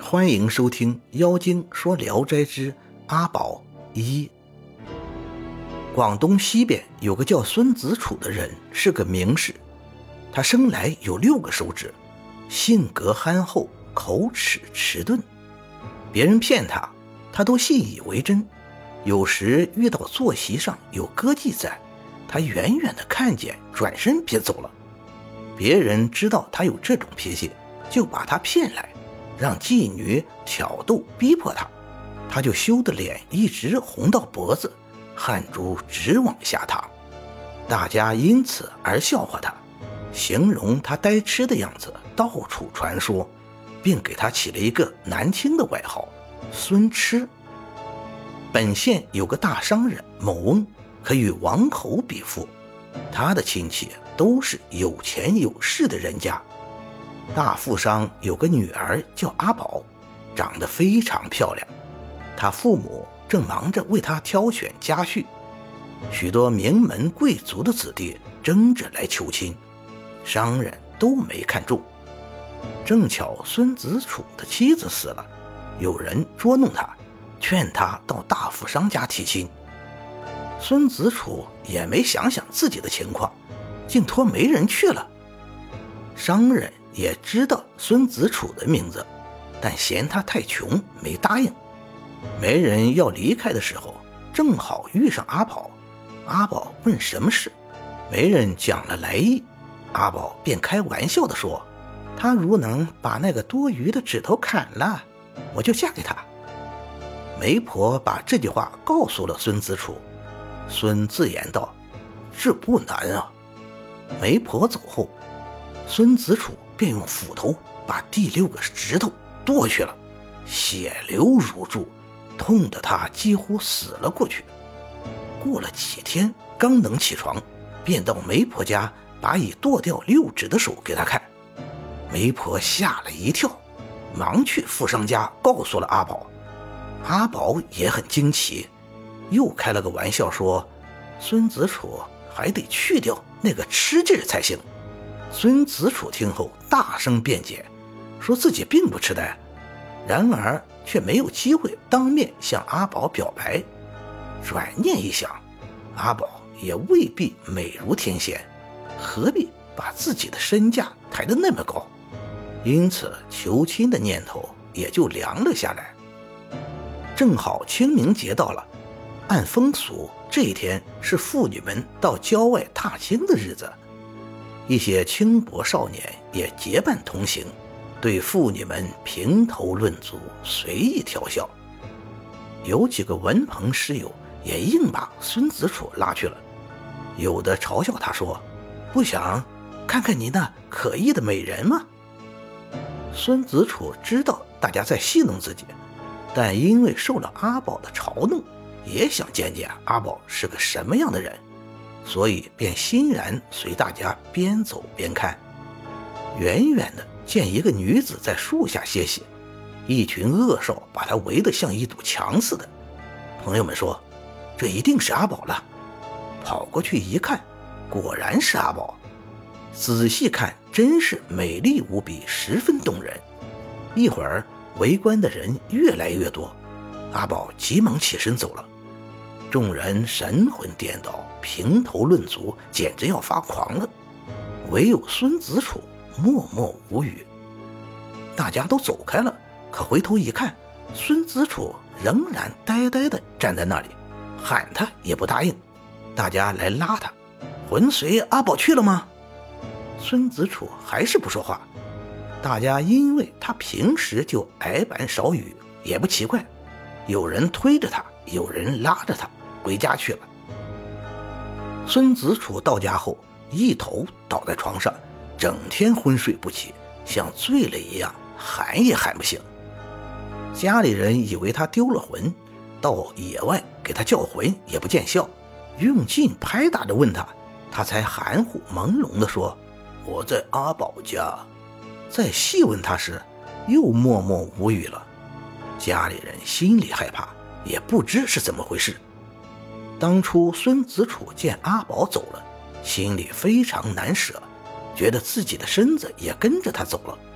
欢迎收听《妖精说聊斋之阿宝一》。广东西边有个叫孙子楚的人，是个名士。他生来有6个手指，性格憨厚，口齿迟钝。别人骗他，他都信以为真。有时遇到坐席上有歌妓在，他远远的看见，转身便走了。别人知道他有这种脾气，就把他骗来，让妓女挑逗逼迫他，他就羞得脸一直红到脖子，汗珠直往下淌。大家因此而笑话他，形容他呆痴的样子到处传说，并给他起了一个难听的外号孙痴。本县有个大商人某翁，可与王侯比附，他的亲戚都是有钱有势的人家。大富商有个女儿叫阿宝，长得非常漂亮，他父母正忙着为她挑选家婿，许多名门贵族的子弟争着来求亲，商人都没看中。正巧孙子楚的妻子死了，有人捉弄他，劝他到大富商家提亲。孙子楚也没想想自己的情况，竟托媒人去了。商人也知道孙子楚的名字，但嫌他太穷，没答应。媒人要离开的时候，正好遇上阿宝。阿宝问什么事，媒人讲了来意，阿宝便开玩笑地说，他如能把那个多余的指头砍了，我就嫁给他。媒婆把这句话告诉了孙子楚，孙自言道，这不难啊。媒婆走后，孙子楚便用斧头把第6个指头剁去了，血流如注，痛得他几乎死了过去。过了几天，刚能起床，便到媒婆家把已剁掉6指的手给他看。媒婆吓了一跳，忙去富商家告诉了阿宝。阿宝也很惊奇，又开了个玩笑说，孙子楚还得去掉那个吃劲才行。孙子楚听后大声辩解，说自己并不痴呆，然而却没有机会当面向阿宝表白。转念一想，阿宝也未必美如天仙，何必把自己的身价抬得那么高？因此求亲的念头也就凉了下来。正好清明节到了，按风俗这一天是妇女们到郊外踏青的日子，一些轻薄少年也结伴同行，对妇女们评头论足，随意调笑。有几个文朋诗友也硬把孙子楚拉去了，有的嘲笑他说，不想看看你那可意的美人吗？孙子楚知道大家在戏弄自己，但因为受了阿宝的嘲弄，也想见见阿宝是个什么样的人，所以便欣然随大家边走边看。远远的见一个女子在树下歇息，一群恶少把她围得像一堵墙似的。朋友们说，这一定是阿宝了。跑过去一看，果然是阿宝。仔细看，真是美丽无比，十分动人。一会儿围观的人越来越多，阿宝急忙起身走了。众人神魂颠倒，评头论足，简直要发狂了。唯有孙子楚默默无语。大家都走开了，可回头一看，孙子楚仍然呆呆地站在那里，喊他也不答应。大家来拉他，魂随阿宝去了吗？孙子楚还是不说话。大家因为他平时就矮板少语，也不奇怪，有人推着他，有人拉着他回家去了。孙子楚到家后，一头倒在床上，整天昏睡不起，像醉了一样，喊也喊不醒。家里人以为他丢了魂，到野外给他叫魂也不见效，用劲拍打着问他，他才含糊朦胧地说，我在阿宝家。再细问他时，又默默无语了。家里人心里害怕，也不知是怎么回事。当初孙子楚见阿宝走了，心里非常难舍，觉得自己的身子也跟着他走了。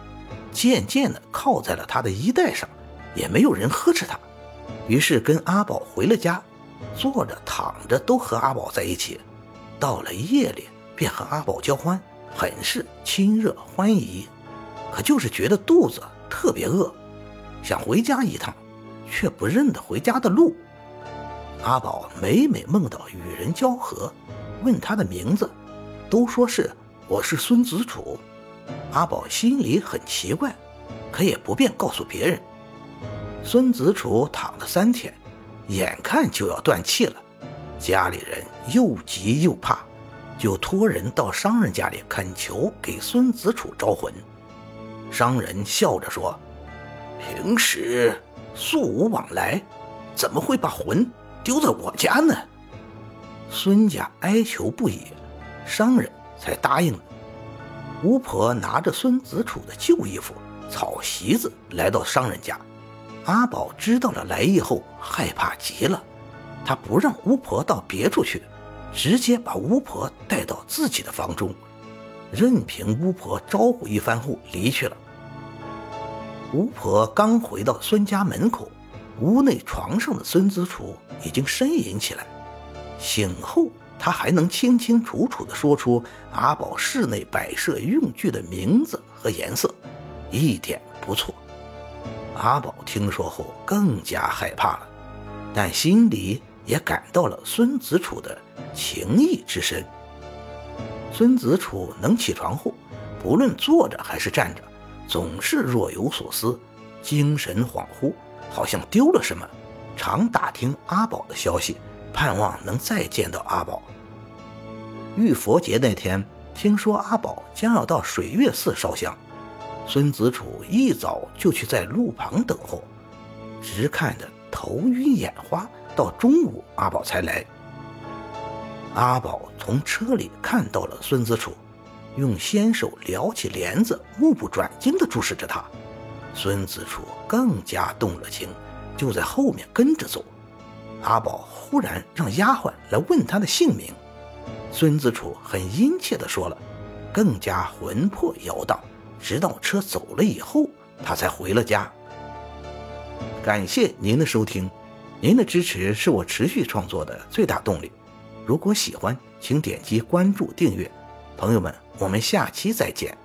渐渐地靠在了他的衣带上，也没有人呵斥他。于是跟阿宝回了家，坐着躺着都和阿宝在一起。到了夜里便和阿宝交欢，很是亲热欢宜。可就是觉得肚子特别饿，想回家一趟，却不认得回家的路。阿宝每每梦到与人交合，问他的名字，都说是我是孙子楚。阿宝心里很奇怪，可也不便告诉别人。孙子楚躺了3天，眼看就要断气了，家里人又急又怕，就托人到商人家里恳求给孙子楚招魂。商人笑着说，平时素无往来，怎么会把魂丢在我家呢？孙家哀求不已，商人才答应了。巫婆拿着孙子楚的旧衣服、草席子来到商人家。阿宝知道了来意后，害怕极了，他不让巫婆到别处去，直接把巫婆带到自己的房中，任凭巫婆招呼一番后离去了。巫婆刚回到孙家门口，屋内床上的孙子楚已经呻吟起来。醒后他还能清清楚楚地说出阿宝室内摆设用具的名字和颜色，一点不错。阿宝听说后更加害怕了，但心里也感到了孙子楚的情义之深。孙子楚能起床后，不论坐着还是站着，总是若有所思，精神恍惚，好像丢了什么，常打听阿宝的消息，盼望能再见到阿宝。浴佛节那天，听说阿宝将要到水月寺烧香，孙子楚一早就去在路旁等候，直看着头晕眼花，到中午阿宝才来。阿宝从车里看到了孙子楚，用纤手撩起帘子，目不转睛地注视着他。孙子楚更加动了情，就在后面跟着走。阿宝忽然让丫鬟来问他的姓名，孙子楚很殷切地说了，更加魂魄摇荡，直到车走了以后，他才回了家。感谢您的收听，您的支持是我持续创作的最大动力。如果喜欢，请点击关注订阅。朋友们，我们下期再见。